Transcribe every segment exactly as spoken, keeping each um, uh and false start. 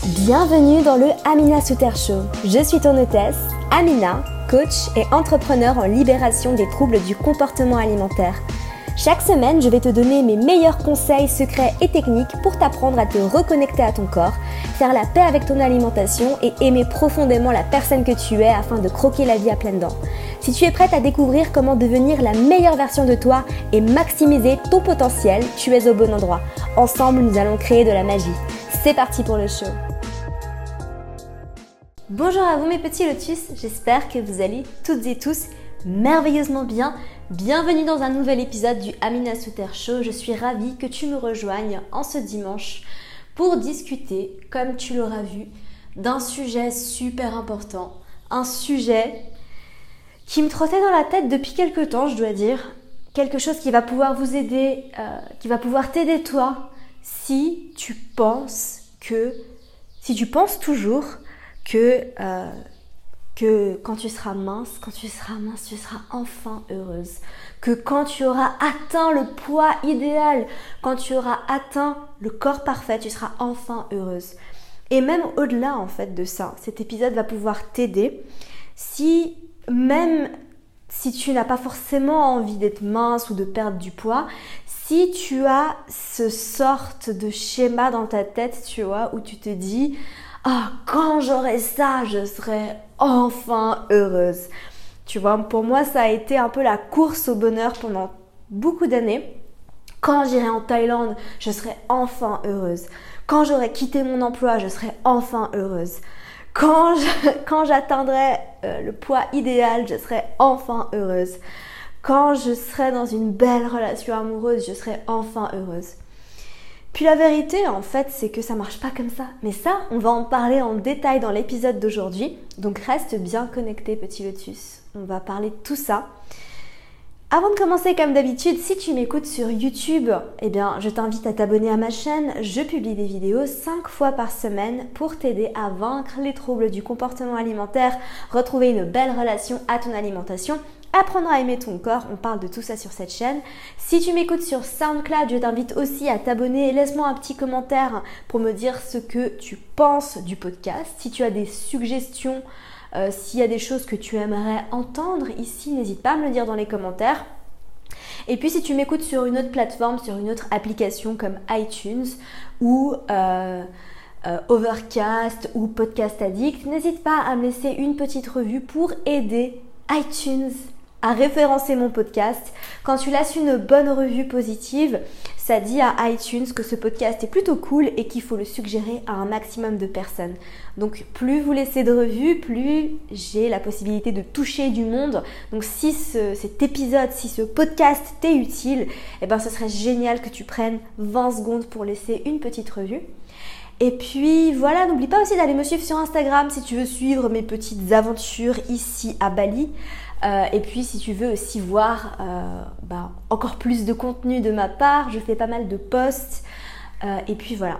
Bienvenue dans le Amina Souter Show. Je suis ton hôtesse, Amina, coach et entrepreneur en libération des troubles du comportement alimentaire. Chaque semaine, je vais te donner mes meilleurs conseils, secrets et techniques pour t'apprendre à te reconnecter à ton corps, faire la paix avec ton alimentation et aimer profondément la personne que tu es afin de croquer la vie à pleines dents. Si tu es prête à découvrir comment devenir la meilleure version de toi et maximiser ton potentiel, tu es au bon endroit. Ensemble, nous allons créer de la magie. C'est parti pour le show. Bonjour à vous mes petits lotus, j'espère que vous allez toutes et tous merveilleusement bien. Bienvenue dans un nouvel épisode du Amina Souter Show. Je suis ravie que tu me rejoignes en ce dimanche pour discuter, comme tu l'auras vu, d'un sujet super important. Un sujet qui me trottait dans la tête depuis quelques temps, je dois dire. Quelque chose qui va pouvoir vous aider, euh, qui va pouvoir t'aider toi si tu penses que, si tu penses toujours que, euh, que quand tu seras mince, quand tu seras mince, tu seras enfin heureuse. Que quand tu auras atteint le poids idéal, quand tu auras atteint le corps parfait, tu seras enfin heureuse. Et même au-delà en fait de ça, cet épisode va pouvoir t'aider si même si tu n'as pas forcément envie d'être mince ou de perdre du poids, si tu as ce sorte de schéma dans ta tête, tu vois, où tu te dis « Ah, quand j'aurai ça, je serai enfin heureuse ». Tu vois, pour moi, ça a été un peu la course au bonheur pendant beaucoup d'années. Quand j'irai en Thaïlande, je serai enfin heureuse. Quand j'aurai quitté mon emploi, je serai enfin heureuse. Quand, je, quand j'atteindrai euh, le poids idéal, je serai enfin heureuse. Quand je serai dans une belle relation amoureuse, je serai enfin heureuse. Puis la vérité, en fait, c'est que ça marche pas comme ça. Mais ça, on va en parler en détail dans l'épisode d'aujourd'hui. Donc reste bien connecté, petit lotus. On va parler de tout ça. Avant de commencer, comme d'habitude, si tu m'écoutes sur YouTube, eh bien, je t'invite à t'abonner à ma chaîne. Je publie des vidéos cinq fois par semaine pour t'aider à vaincre les troubles du comportement alimentaire, retrouver une belle relation à ton alimentation, apprendre à aimer ton corps. On parle de tout ça sur cette chaîne. Si tu m'écoutes sur SoundCloud, je t'invite aussi à t'abonner. Laisse-moi un petit commentaire pour me dire ce que tu penses du podcast. Si tu as des suggestions, Euh, s'il y a des choses que tu aimerais entendre ici, n'hésite pas à me le dire dans les commentaires. Et puis si tu m'écoutes sur une autre plateforme, sur une autre application comme iTunes ou euh, euh, Overcast ou Podcast Addict, n'hésite pas à me laisser une petite revue pour aider iTunes à référencer mon podcast. Quand tu laisses une bonne revue positive, ça dit à iTunes que ce podcast est plutôt cool et qu'il faut le suggérer à un maximum de personnes. Donc plus vous laissez de revues, plus j'ai la possibilité de toucher du monde. Donc si ce, cet épisode, si ce podcast t'est utile, eh ben ce serait génial que tu prennes vingt secondes pour laisser une petite revue. Et puis voilà, n'oublie pas aussi d'aller me suivre sur Instagram si tu veux suivre mes petites aventures ici à Bali. Euh, et puis si tu veux aussi voir euh, bah, encore plus de contenu de ma part, je fais pas mal de posts. Euh, et puis voilà.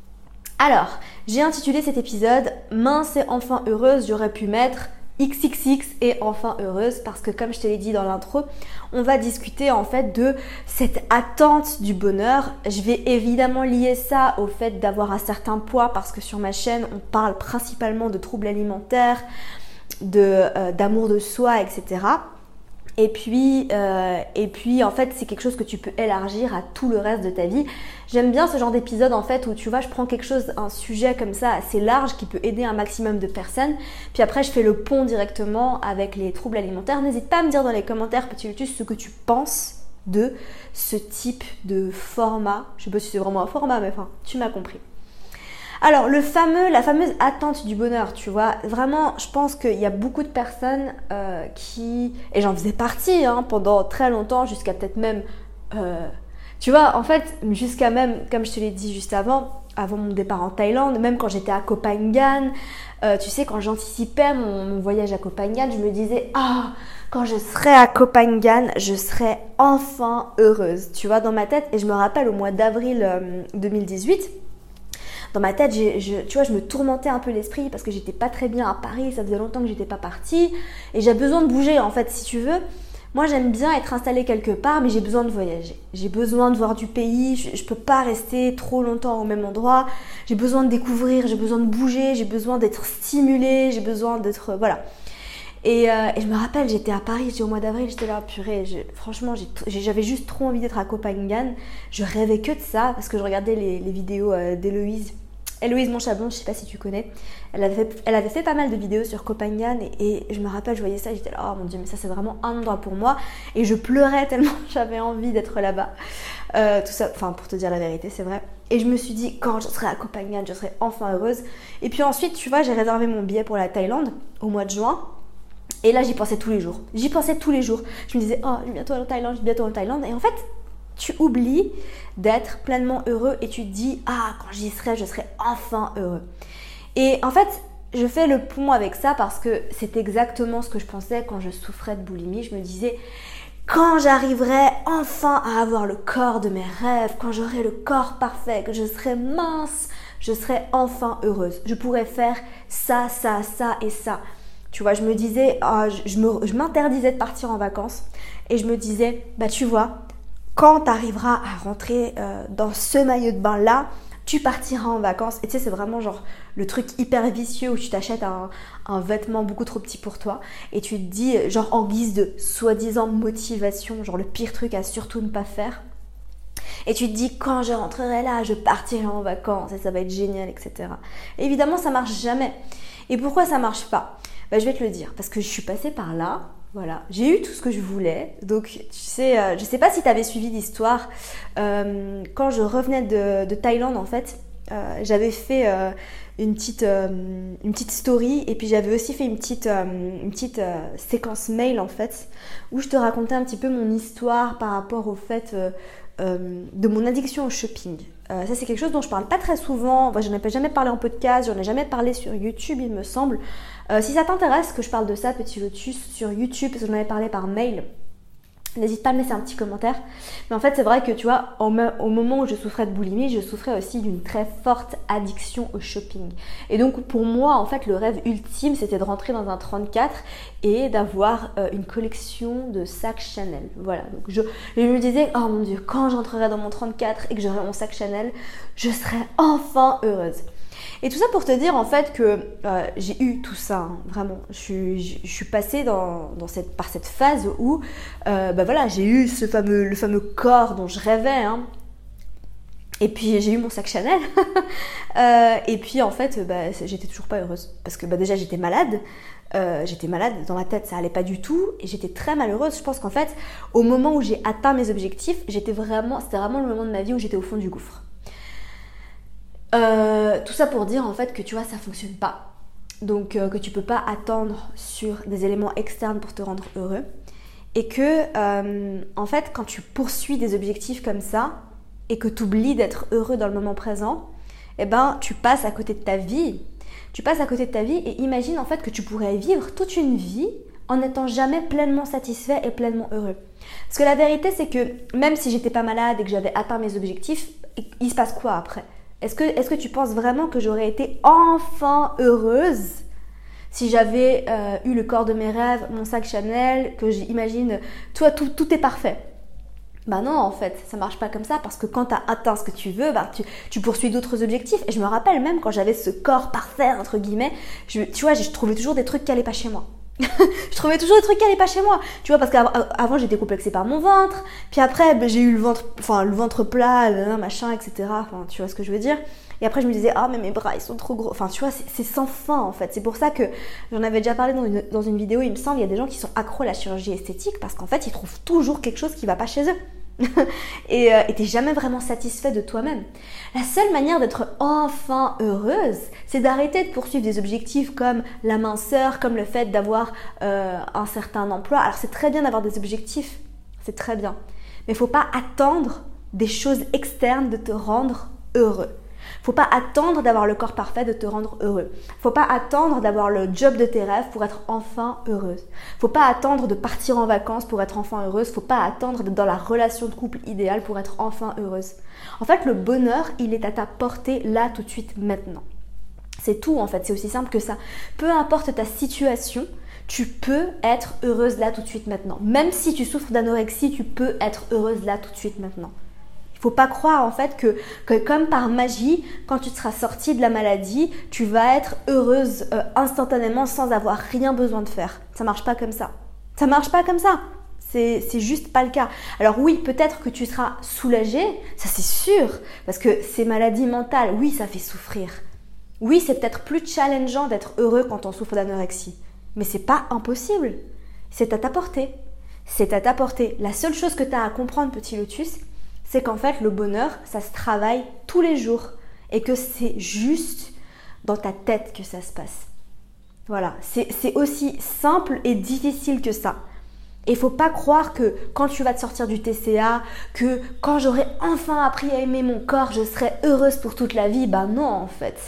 Alors, j'ai intitulé cet épisode « Mince et enfin heureuse ». J'aurais pu mettre X X X et enfin heureuse parce que comme je te l'ai dit dans l'intro, on va discuter en fait de cette attente du bonheur. Je vais évidemment lier ça au fait d'avoir un certain poids parce que sur ma chaîne, on parle principalement de troubles alimentaires, de, euh, d'amour de soi, et cetera. Et puis, euh, et puis, en fait, c'est quelque chose que tu peux élargir à tout le reste de ta vie. J'aime bien ce genre d'épisode, en fait, où tu vois, je prends quelque chose, un sujet comme ça, assez large, qui peut aider un maximum de personnes. Puis après, je fais le pont directement avec les troubles alimentaires. N'hésite pas à me dire dans les commentaires, petit lotus, ce que tu penses de ce type de format. Je sais pas si c'est vraiment un format, mais enfin, tu m'as compris. Alors, le fameux, la fameuse attente du bonheur, tu vois, vraiment, je pense qu'il y a beaucoup de personnes euh, qui, et j'en faisais partie hein, pendant très longtemps, jusqu'à peut-être même, euh, tu vois, en fait, jusqu'à même, comme je te l'ai dit juste avant, avant mon départ en Thaïlande, même quand j'étais à Koh Phangan, euh, tu sais, quand j'anticipais mon, mon voyage à Koh Phangan, je me disais, ah, quand je serai à Koh Phangan, je serai enfin heureuse, tu vois, dans ma tête. Et je me rappelle au mois d'avril euh, deux mille dix-huit, dans ma tête, j'ai, je, tu vois, je me tourmentais un peu l'esprit parce que j'étais pas très bien à Paris, ça faisait longtemps que j'étais pas partie et j'ai besoin de bouger en fait, si tu veux. Moi, j'aime bien être installée quelque part, mais j'ai besoin de voyager. J'ai besoin de voir du pays, je, je peux pas rester trop longtemps au même endroit. J'ai besoin de découvrir, j'ai besoin de bouger, j'ai besoin d'être stimulée, j'ai besoin d'être... Voilà. Et, euh, et je me rappelle, j'étais à Paris, j'étais au mois d'avril, j'étais là, purée, je, franchement, j'ai, j'avais juste trop envie d'être à Copenhague. Je rêvais que de ça, parce que je regardais les, les vidéos euh, d'Héloïse. Héloïse Monchablon, je sais pas si tu connais, elle avait, fait, elle avait fait pas mal de vidéos sur Copenhague et, et je me rappelle, je voyais ça, j'étais là, oh mon dieu, mais ça c'est vraiment un endroit pour moi. Et je pleurais tellement j'avais envie d'être là-bas. Euh, tout ça, enfin pour te dire la vérité, c'est vrai. Et je me suis dit, quand je serai à Copenhague, je serai enfin heureuse. Et puis ensuite, tu vois, j'ai réservé mon billet pour la Thaïlande au mois de juin. Et là, j'y pensais tous les jours. J'y pensais tous les jours. Je me disais, oh, je vais bientôt en Thaïlande, je vais bientôt en Thaïlande. Et en fait, tu oublies d'être pleinement heureux et tu te dis, ah, quand j'y serai, je serai enfin heureux. Et en fait, je fais le pont avec ça parce que c'est exactement ce que je pensais quand je souffrais de boulimie. Je me disais, quand j'arriverai enfin à avoir le corps de mes rêves, quand j'aurai le corps parfait, que je serai mince, je serai enfin heureuse. Je pourrai faire ça, ça, ça et ça. Tu vois, je me disais, oh, je, je, me, je m'interdisais de partir en vacances et je me disais, bah tu vois, quand tu arriveras à rentrer euh, dans ce maillot de bain-là, tu partiras en vacances. Et tu sais, c'est vraiment genre le truc hyper vicieux où tu t'achètes un, un vêtement beaucoup trop petit pour toi et tu te dis, genre en guise de soi-disant motivation, genre le pire truc à surtout ne pas faire. Et tu te dis, quand je rentrerai là, je partirai en vacances et ça va être génial, et cetera. Et évidemment, ça marche jamais. Et pourquoi ça marche pas ? Ben, je vais te le dire, parce que je suis passée par là. Voilà, j'ai eu tout ce que je voulais. Donc, tu sais, euh, je sais pas si tu avais suivi l'histoire. Euh, quand je revenais de, de Thaïlande, en fait, euh, j'avais fait euh, une, petite, euh, une petite story et puis j'avais aussi fait une petite, euh, une petite euh, séquence mail, en fait, où je te racontais un petit peu mon histoire par rapport au fait euh, euh, de mon addiction au shopping. Euh, ça, c'est quelque chose dont je parle pas très souvent. Enfin, j'en ai jamais parlé en podcast, j'en ai jamais parlé sur YouTube, il me semble. Euh, si ça t'intéresse que je parle de ça, Petit Lotus, sur YouTube, parce que j'en avais parlé par mail, n'hésite pas à me laisser un petit commentaire. Mais en fait, c'est vrai que tu vois, au, me- au moment où je souffrais de boulimie, je souffrais aussi d'une très forte addiction au shopping. Et donc, pour moi, en fait, le rêve ultime, c'était de rentrer dans un trente-quatre et d'avoir euh, une collection de sacs Chanel. Voilà. Donc, je, je me disais, oh mon Dieu, quand j'entrerai dans mon trente-quatre et que j'aurai mon sac Chanel, je serai enfin heureuse. Et tout ça pour te dire en fait que euh, j'ai eu tout ça, hein, vraiment. Je suis, je, je suis passée dans, dans cette, par cette phase où euh, bah voilà, j'ai eu ce fameux, le fameux corps dont je rêvais. Hein. Et puis j'ai eu mon sac Chanel. euh, et puis en fait, bah, j'étais toujours pas heureuse. Parce que bah, déjà j'étais malade. Euh, j'étais malade, dans ma tête ça allait pas du tout. Et j'étais très malheureuse. Je pense qu'en fait, au moment où j'ai atteint mes objectifs, j'étais vraiment, c'était vraiment le moment de ma vie où j'étais au fond du gouffre. Euh, tout ça pour dire en fait que tu vois ça fonctionne pas, donc euh, que tu peux pas attendre sur des éléments externes pour te rendre heureux et que euh, en fait quand tu poursuis des objectifs comme ça et que tu oublies d'être heureux dans le moment présent, eh ben tu passes à côté de ta vie, tu passes à côté de ta vie et imagine en fait que tu pourrais vivre toute une vie en n'étant jamais pleinement satisfait et pleinement heureux. Parce que la vérité c'est que même si j'étais pas malade et que j'avais atteint mes objectifs, il se passe quoi après ? Est-ce que, est-ce que tu penses vraiment que j'aurais été enfin heureuse si j'avais euh, eu le corps de mes rêves, mon sac Chanel, que j'imagine, toi, tout, tout est parfait? Bah non, en fait, ça marche pas comme ça parce que quand tu as atteint ce que tu veux, bah, tu, tu poursuis d'autres objectifs. Et je me rappelle même quand j'avais ce corps parfait, entre guillemets, je, tu vois, je trouvais toujours des trucs qui allaient pas chez moi. Je trouvais toujours des trucs qui allaient pas chez moi, tu vois, parce qu'avant j'étais complexée par mon ventre, puis après ben, j'ai eu le ventre, enfin le ventre plat, machin, et cetera. Enfin, tu vois ce que je veux dire. Et après je me disais, ah mais mes bras ils sont trop gros. Enfin tu vois, c'est, c'est sans fin en fait. C'est pour ça que j'en avais déjà parlé dans une, dans une vidéo, il me semble, il y a des gens qui sont accros à la chirurgie esthétique parce qu'en fait ils trouvent toujours quelque chose qui va pas chez eux. et euh, t'es jamais vraiment satisfait de toi-même. La seule manière d'être enfin heureuse, c'est d'arrêter de poursuivre des objectifs comme la minceur, comme le fait d'avoir euh, un certain emploi. Alors c'est très bien d'avoir des objectifs, c'est très bien, mais il faut pas attendre des choses externes de te rendre heureux. Faut pas attendre d'avoir le corps parfait de te rendre heureux. Faut pas attendre d'avoir le job de tes rêves pour être enfin heureuse. Faut pas attendre de partir en vacances pour être enfin heureuse. Faut pas attendre d'être dans la relation de couple idéale pour être enfin heureuse. En fait, le bonheur, il est à ta portée là, tout de suite, maintenant. C'est tout en fait, c'est aussi simple que ça. Peu importe ta situation, Tu peux être heureuse là tout de suite maintenant. Même si tu souffres d'anorexie, tu peux être heureuse là tout de suite maintenant. Il ne faut pas croire en fait que, que comme par magie, quand tu seras sortie de la maladie, tu vas être heureuse euh, instantanément sans avoir rien besoin de faire. Ça ne marche pas comme ça. Ça ne marche pas comme ça. C'est, c'est juste pas le cas. Alors oui, peut-être que tu seras soulagée, ça c'est sûr, parce que ces maladies mentales, oui, ça fait souffrir. Oui, c'est peut-être plus challengeant d'être heureux quand on souffre d'anorexie. Mais c'est pas impossible. C'est à ta portée. C'est à ta portée. La seule chose que tu as à comprendre, petit lotus, c'est qu'en fait, le bonheur, ça se travaille tous les jours. Et que c'est juste dans ta tête que ça se passe. Voilà. C'est, c'est aussi simple et difficile que ça. Et il ne faut pas croire que quand tu vas te sortir du T C A, que quand j'aurai enfin appris à aimer mon corps, je serai heureuse pour toute la vie. Ben non, en fait.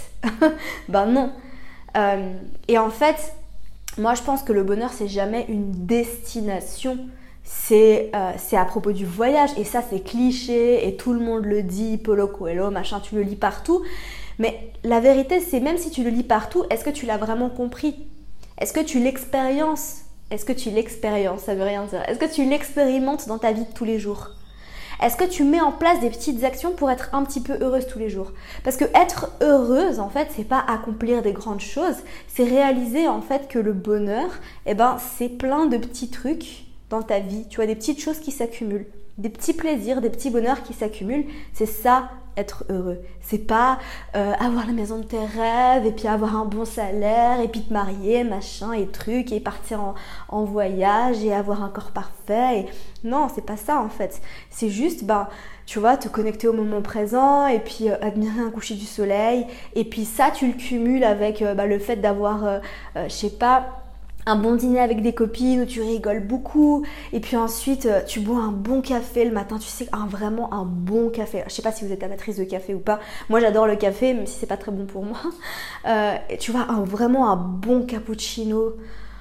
ben non. Euh, et en fait, moi, je pense que le bonheur, c'est jamais une destination. C'est, euh, c'est à propos du voyage. Et ça, c'est cliché et tout le monde le dit. Paulo Coelho, machin, tu le lis partout. Mais la vérité, c'est même si tu le lis partout, est-ce que tu l'as vraiment compris? Est-ce que tu l'expériences? Est-ce que tu l'expériences? Ça veut rien dire. Est-ce que tu l'expérimentes dans ta vie de tous les jours? Est-ce que tu mets en place des petites actions pour être un petit peu heureuse tous les jours? Parce que être heureuse, en fait, c'est pas accomplir des grandes choses, c'est réaliser en fait que le bonheur, eh ben, c'est plein de petits trucs dans ta vie. Tu vois, des petites choses qui s'accumulent, des petits plaisirs, des petits bonheurs qui s'accumulent. C'est ça, être heureux. C'est pas euh, avoir la maison de tes rêves et puis avoir un bon salaire et puis te marier, machin et trucs et partir en, en voyage et avoir un corps parfait. Et... Non, c'est pas ça en fait. C'est juste, ben, tu vois, te connecter au moment présent et puis euh, admirer un coucher du soleil. Et puis ça, tu le cumules avec euh, ben, le fait d'avoir, euh, euh, je sais pas, un bon dîner avec des copines où tu rigoles beaucoup et puis ensuite tu bois un bon café le matin, tu sais, un, vraiment un bon café. Je sais pas si vous êtes amatrice de café ou pas, moi j'adore le café même si c'est pas très bon pour moi. Euh, et tu vois, un, vraiment un bon cappuccino.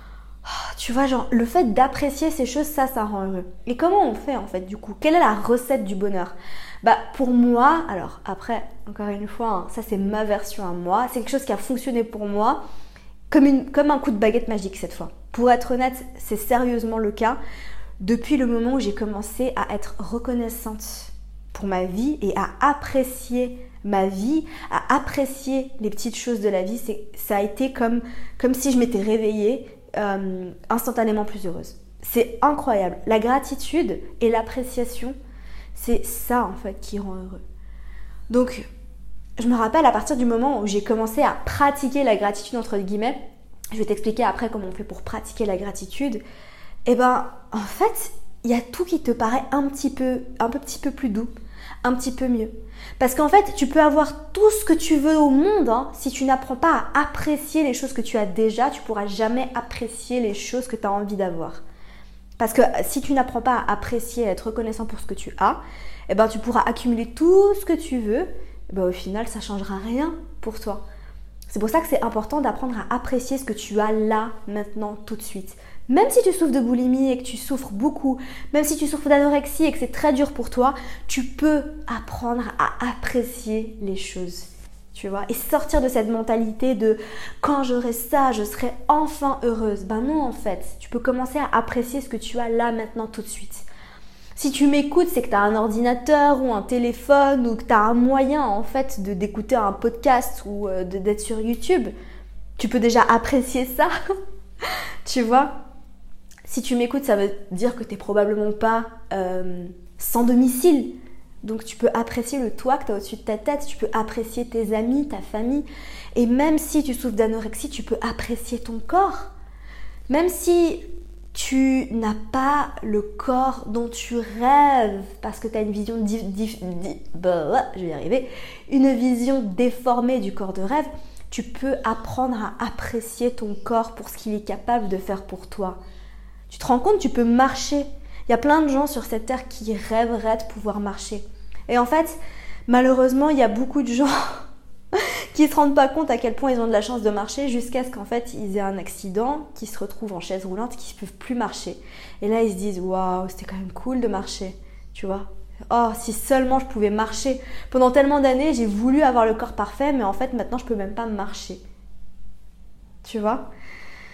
Tu vois, genre le fait d'apprécier ces choses, ça, ça rend heureux. Et comment on fait en fait du coup? Quelle est la recette du bonheur? Bah pour moi, alors après, encore une fois, hein, ça c'est ma version à moi, c'est quelque chose qui a fonctionné pour moi. Comme, une, comme un coup de baguette magique cette fois. Pour être honnête, c'est sérieusement le cas. Depuis le moment où j'ai commencé à être reconnaissante pour ma vie et à apprécier ma vie, à apprécier les petites choses de la vie, c'est, ça a été comme, comme si je m'étais réveillée euh, instantanément plus heureuse. C'est incroyable. La gratitude et l'appréciation, c'est ça en fait qui rend heureux. Donc, je me rappelle à partir du moment où j'ai commencé à pratiquer la gratitude entre guillemets, je vais t'expliquer après comment on fait pour pratiquer la gratitude, et ben en fait, il y a tout qui te paraît un petit peu, un petit peu plus doux, un petit peu mieux. Parce qu'en fait, tu peux avoir tout ce que tu veux au monde, hein, si tu n'apprends pas à apprécier les choses que tu as déjà, tu pourras jamais apprécier les choses que tu as envie d'avoir. Parce que si tu n'apprends pas à apprécier, à être reconnaissant pour ce que tu as, eh ben tu pourras accumuler tout ce que tu veux. Ben, au final, ça ne changera rien pour toi. C'est pour ça que c'est important d'apprendre à apprécier ce que tu as là, maintenant, tout de suite. Même si tu souffres de boulimie et que tu souffres beaucoup, même si tu souffres d'anorexie et que c'est très dur pour toi, tu peux apprendre à apprécier les choses. Tu vois, et sortir de cette mentalité de « quand j'aurai ça, je serai enfin heureuse ». Ben non, en fait, tu peux commencer à apprécier ce que tu as là, maintenant, tout de suite. Si tu m'écoutes, c'est que tu as un ordinateur ou un téléphone ou que tu as un moyen en fait de, d'écouter un podcast ou euh, de, d'être sur YouTube. Tu peux déjà apprécier ça, tu vois. Si tu m'écoutes, ça veut dire que tu n'es probablement pas euh, sans domicile. Donc tu peux apprécier le toit que tu as au-dessus de ta tête, tu peux apprécier tes amis, ta famille. Et même si tu souffres d'anorexie, tu peux apprécier ton corps. Même si tu n'as pas le corps dont tu rêves parce que tu as une vision dif, dif, dif, bah, je vais y arriver, une vision déformée du corps de rêve, tu peux apprendre à apprécier ton corps pour ce qu'il est capable de faire pour toi. Tu te rends compte, tu peux marcher. Il y a plein de gens sur cette terre qui rêveraient de pouvoir marcher. Et en fait, malheureusement, il y a beaucoup de gens qui ne se rendent pas compte à quel point ils ont de la chance de marcher jusqu'à ce qu'en fait ils aient un accident, qu'ils se retrouvent en chaise roulante, qu'ils ne peuvent plus marcher. Et là ils se disent waouh, c'était quand même cool de marcher, tu vois. Oh, si seulement je pouvais marcher. Pendant tellement d'années, j'ai voulu avoir le corps parfait, mais en fait maintenant je peux même pas marcher. Tu vois.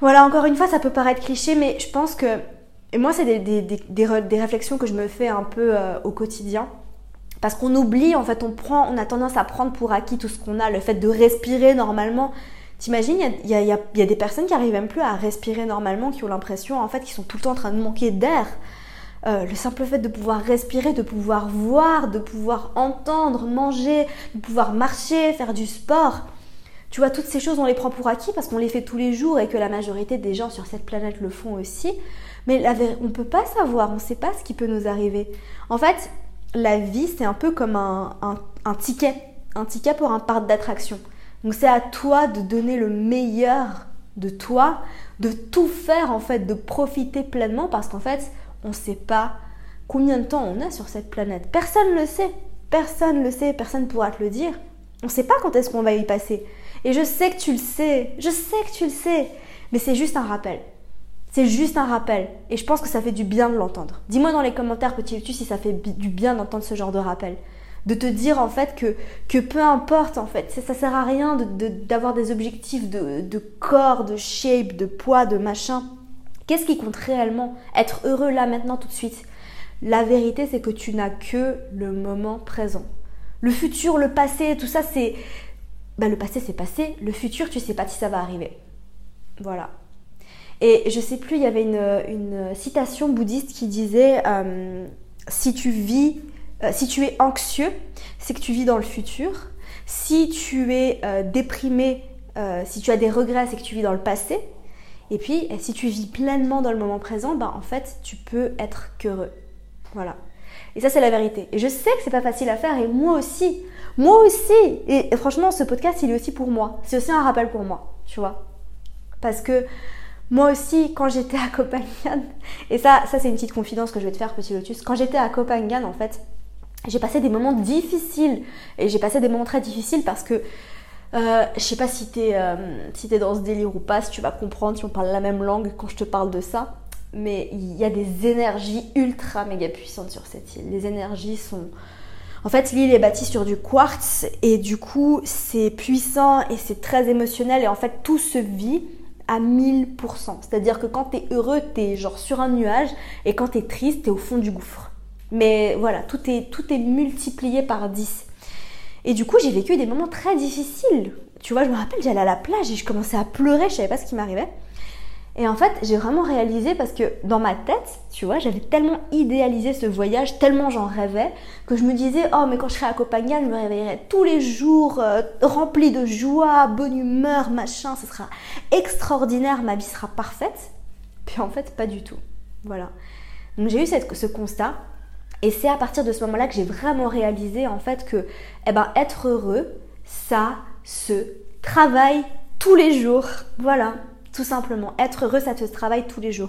Voilà, encore une fois, ça peut paraître cliché, mais je pense que... Et moi, c'est des, des, des, des, des réflexions que je me fais un peu euh, au quotidien. Parce qu'on oublie, en fait, on, prend, on a tendance à prendre pour acquis tout ce qu'on a. Le fait de respirer normalement. T'imagines, il y a, y, a, y a des personnes qui n'arrivent même plus à respirer normalement, qui ont l'impression, en fait, qu'ils sont tout le temps en train de manquer d'air. Euh, le simple fait de pouvoir respirer, de pouvoir voir, de pouvoir entendre, manger, de pouvoir marcher, faire du sport. Tu vois, toutes ces choses, on les prend pour acquis parce qu'on les fait tous les jours et que la majorité des gens sur cette planète le font aussi. Mais la, on ne peut pas savoir, on ne sait pas ce qui peut nous arriver. En fait, la vie, c'est un peu comme un, un, un ticket, un ticket pour un parc d'attraction. Donc c'est à toi de donner le meilleur de toi, de tout faire en fait, de profiter pleinement parce qu'en fait, on ne sait pas combien de temps on a sur cette planète. Personne ne le sait, personne ne le sait, personne ne pourra te le dire. On ne sait pas quand est-ce qu'on va y passer. Et je sais que tu le sais, je sais que tu le sais, mais c'est juste un rappel. C'est juste un rappel. Et je pense que ça fait du bien de l'entendre. Dis-moi dans les commentaires, petit Lutu, si ça fait du bien d'entendre ce genre de rappel. De te dire en fait que, que peu importe en fait, ça ne sert à rien de, de, d'avoir des objectifs de, de corps, de shape, de poids, de machin. Qu'est-ce qui compte réellement? Être heureux là, maintenant, tout de suite. La vérité, c'est que tu n'as que le moment présent. Le futur, le passé, tout ça, c'est... Ben, le passé, c'est passé. Le futur, tu ne sais pas si ça va arriver. Voilà. Et je sais plus, il y avait une, une citation bouddhiste qui disait euh, si tu vis, euh, si tu es anxieux, c'est que tu vis dans le futur. Si tu es euh, déprimé, euh, si tu as des regrets, c'est que tu vis dans le passé. Et puis, si tu vis pleinement dans le moment présent, ben, en fait, tu peux être qu'heureux. Voilà. Et ça, c'est la vérité. Et je sais que c'est pas facile à faire, et moi aussi. Moi aussi. Et, et franchement, ce podcast, il est aussi pour moi. C'est aussi un rappel pour moi, tu vois. Parce que moi aussi, quand j'étais à Copenhague, et ça, ça c'est une petite confidence que je vais te faire, petit Lotus. Quand j'étais à Copenhague, en fait, j'ai passé des moments difficiles. Et j'ai passé des moments très difficiles parce que Euh, je sais pas si t'es euh, si t'es dans ce délire ou pas, si tu vas comprendre, si on parle la même langue quand je te parle de ça. Mais il y a des énergies ultra méga puissantes sur cette île. Les énergies sont... En fait, l'île est bâtie sur du quartz et du coup, c'est puissant et c'est très émotionnel. Et en fait, tout se vit à mille pour cent. C'est-à-dire que quand t'es heureux, t'es genre sur un nuage et quand t'es triste, t'es au fond du gouffre. Mais voilà, tout est, tout est multiplié par dix. Et du coup, j'ai vécu des moments très difficiles. Tu vois, je me rappelle, j'allais à la plage et je commençais à pleurer, je savais pas ce qui m'arrivait. Et en fait, j'ai vraiment réalisé parce que dans ma tête, tu vois, j'avais tellement idéalisé ce voyage, tellement j'en rêvais, que je me disais, oh, mais quand je serai à Copenhague, je me réveillerai tous les jours, euh, remplie de joie, bonne humeur, machin, ce sera extraordinaire, ma vie sera parfaite. Puis en fait, pas du tout. Voilà. Donc j'ai eu cette, ce constat. Et c'est à partir de ce moment-là que j'ai vraiment réalisé en fait que eh ben, être heureux, ça se travaille tous les jours. Voilà, tout simplement. Être heureux, ça te travaille tous les jours.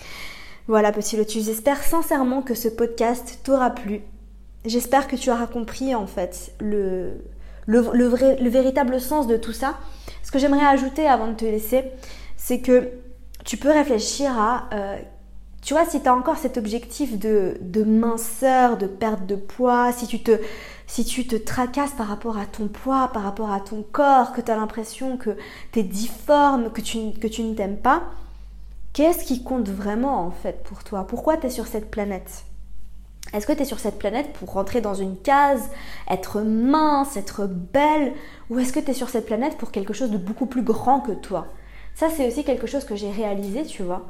Voilà, petit Lotus. J'espère sincèrement que ce podcast t'aura plu. J'espère que tu auras compris en fait le, le, le, vrai, le véritable sens de tout ça. Ce que j'aimerais ajouter avant de te laisser, c'est que tu peux réfléchir à... Euh, Tu vois, si tu as encore cet objectif de, de minceur, de perte de poids, si tu, te, si tu te tracasses par rapport à ton poids, par rapport à ton corps, que tu as l'impression que tu es difforme, que tu, que tu ne t'aimes pas, qu'est-ce qui compte vraiment en fait pour toi? Pourquoi tu es sur cette planète? Est-ce que tu es sur cette planète pour rentrer dans une case, être mince, être belle? Ou est-ce que tu es sur cette planète pour quelque chose de beaucoup plus grand que toi? Ça, c'est aussi quelque chose que j'ai réalisé, tu vois.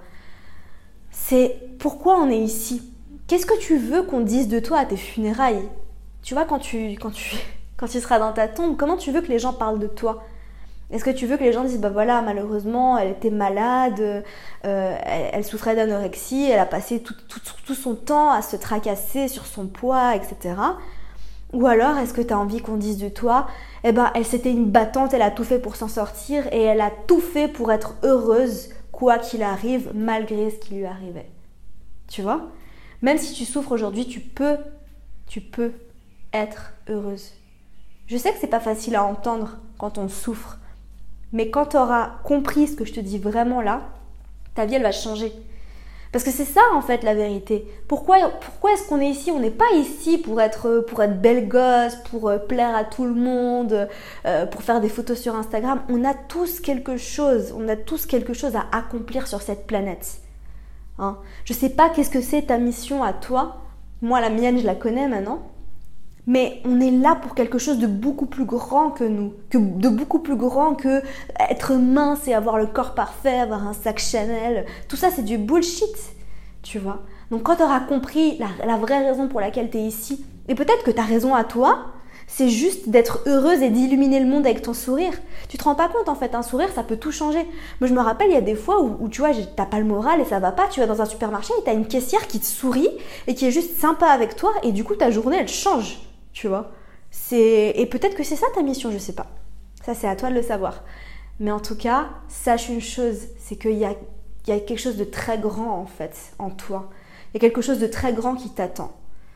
C'est pourquoi on est ici. Qu'est-ce que tu veux qu'on dise de toi à tes funérailles? Tu vois, quand tu, quand, tu, quand tu seras dans ta tombe, comment tu veux que les gens parlent de toi? Est-ce que tu veux que les gens disent, bah voilà, malheureusement, elle était malade, euh, elle, elle souffrait d'anorexie, elle a passé tout, tout, tout son temps à se tracasser sur son poids, et cetera. Ou alors, est-ce que tu as envie qu'on dise de toi, eh ben, elle c'était une battante, elle a tout fait pour s'en sortir et elle a tout fait pour être heureuse, quoi qu'il arrive, malgré ce qui lui arrivait. Tu vois? Même si tu souffres aujourd'hui, tu peux, tu peux être heureuse. Je sais que c'est pas facile à entendre quand on souffre, mais quand tu auras compris ce que je te dis vraiment là, ta vie elle va changer. Parce que c'est ça en fait la vérité. Pourquoi, pourquoi est-ce qu'on est ici? On n'est pas ici pour être, pour être belle gosse, pour euh, plaire à tout le monde, euh, pour faire des photos sur Instagram. On a tous quelque chose, on a tous quelque chose à accomplir sur cette planète. Hein? Je sais pas qu'est-ce que c'est ta mission à toi. Moi la mienne je la connais maintenant. Mais on est là pour quelque chose de beaucoup plus grand que nous, que de beaucoup plus grand que être mince et avoir le corps parfait, avoir un sac Chanel. Tout ça, c'est du bullshit, tu vois. Donc quand tu auras compris la, la vraie raison pour laquelle tu es ici, et peut-être que ta raison à toi, c'est juste d'être heureuse et d'illuminer le monde avec ton sourire. Tu te rends pas compte en fait, un sourire ça peut tout changer. Moi je me rappelle, il y a des fois où, où tu vois, t'as pas le moral et ça va pas, tu vas dans un supermarché et t'as une caissière qui te sourit et qui est juste sympa avec toi et du coup ta journée elle change. Tu vois, c'est... Et peut-être que c'est ça ta mission, je sais pas. Ça, c'est à toi de le savoir. Mais en tout cas, sache une chose, c'est qu'il y a, il y a quelque chose de très grand, en fait, en toi. Il y a quelque chose de très grand qui t'attend.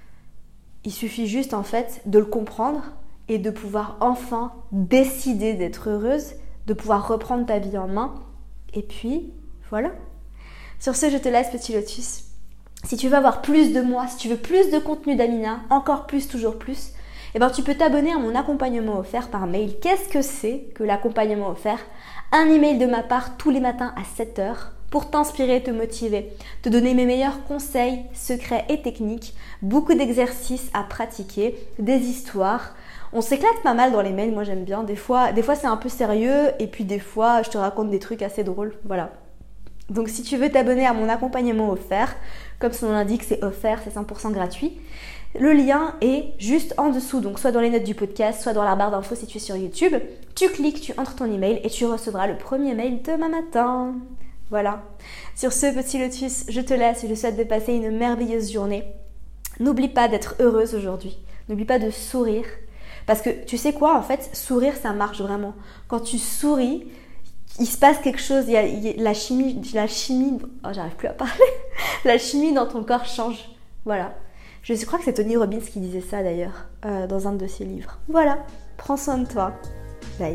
Il suffit juste, en fait, de le comprendre et de pouvoir enfin décider d'être heureuse, de pouvoir reprendre ta vie en main. Et puis, voilà. Sur ce, je te laisse, petit lotus. Si tu veux avoir plus de moi, si tu veux plus de contenu d'Amina, encore plus, toujours plus, eh ben tu peux t'abonner à mon accompagnement offert par mail. Qu'est-ce que c'est que l'accompagnement offert? Un email de ma part tous les matins à sept heures pour t'inspirer, te motiver, te donner mes meilleurs conseils, secrets et techniques, beaucoup d'exercices à pratiquer, des histoires. On s'éclate pas mal dans les mails, moi j'aime bien. Des fois, des fois c'est un peu sérieux et puis des fois je te raconte des trucs assez drôles, voilà. Donc si tu veux t'abonner à mon accompagnement offert, comme son nom l'indique, c'est offert, c'est cent pour cent gratuit. Le lien est juste en dessous, donc soit dans les notes du podcast, soit dans la barre d'infos si tu es sur YouTube. Tu cliques, tu entres ton email et tu recevras le premier mail demain matin. Voilà. Sur ce, petit lotus, je te laisse et je te souhaite de passer une merveilleuse journée. N'oublie pas d'être heureuse aujourd'hui. N'oublie pas de sourire. Parce que tu sais quoi, en fait, sourire, ça marche vraiment. Quand tu souris, il se passe quelque chose, il y a, il y a la chimie, la chimie, oh j'arrive plus à parler, la chimie dans ton corps change, voilà. Je crois que c'est Tony Robbins qui disait ça d'ailleurs, euh, dans un de ses livres. Voilà, prends soin de toi, bye.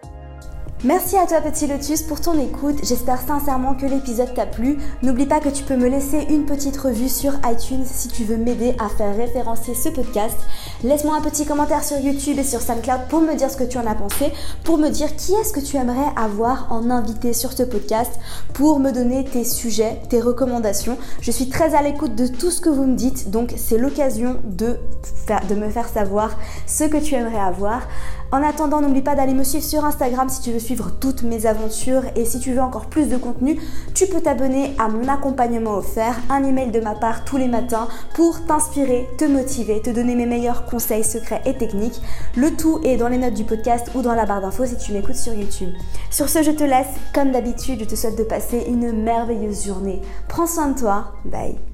Merci à toi petit lotus pour ton écoute, j'espère sincèrement que l'épisode t'a plu. N'oublie pas que tu peux me laisser une petite revue sur iTunes si tu veux m'aider à faire référencer ce podcast. Laisse-moi un petit commentaire sur YouTube et sur SoundCloud pour me dire ce que tu en as pensé, pour me dire qui est-ce que tu aimerais avoir en invité sur ce podcast, pour me donner tes sujets, tes recommandations. Je suis très à l'écoute de tout ce que vous me dites, donc c'est l'occasion de, de me faire savoir ce que tu aimerais avoir. En attendant, n'oublie pas d'aller me suivre sur Instagram si tu veux suivre toutes mes aventures et si tu veux encore plus de contenu, tu peux t'abonner à mon accompagnement offert, un email de ma part tous les matins pour t'inspirer, te motiver, te donner mes meilleurs conseils, secrets et techniques. Le tout est dans les notes du podcast ou dans la barre d'infos si tu m'écoutes sur YouTube. Sur ce, je te laisse. Comme d'habitude, je te souhaite de passer une merveilleuse journée. Prends soin de toi. Bye.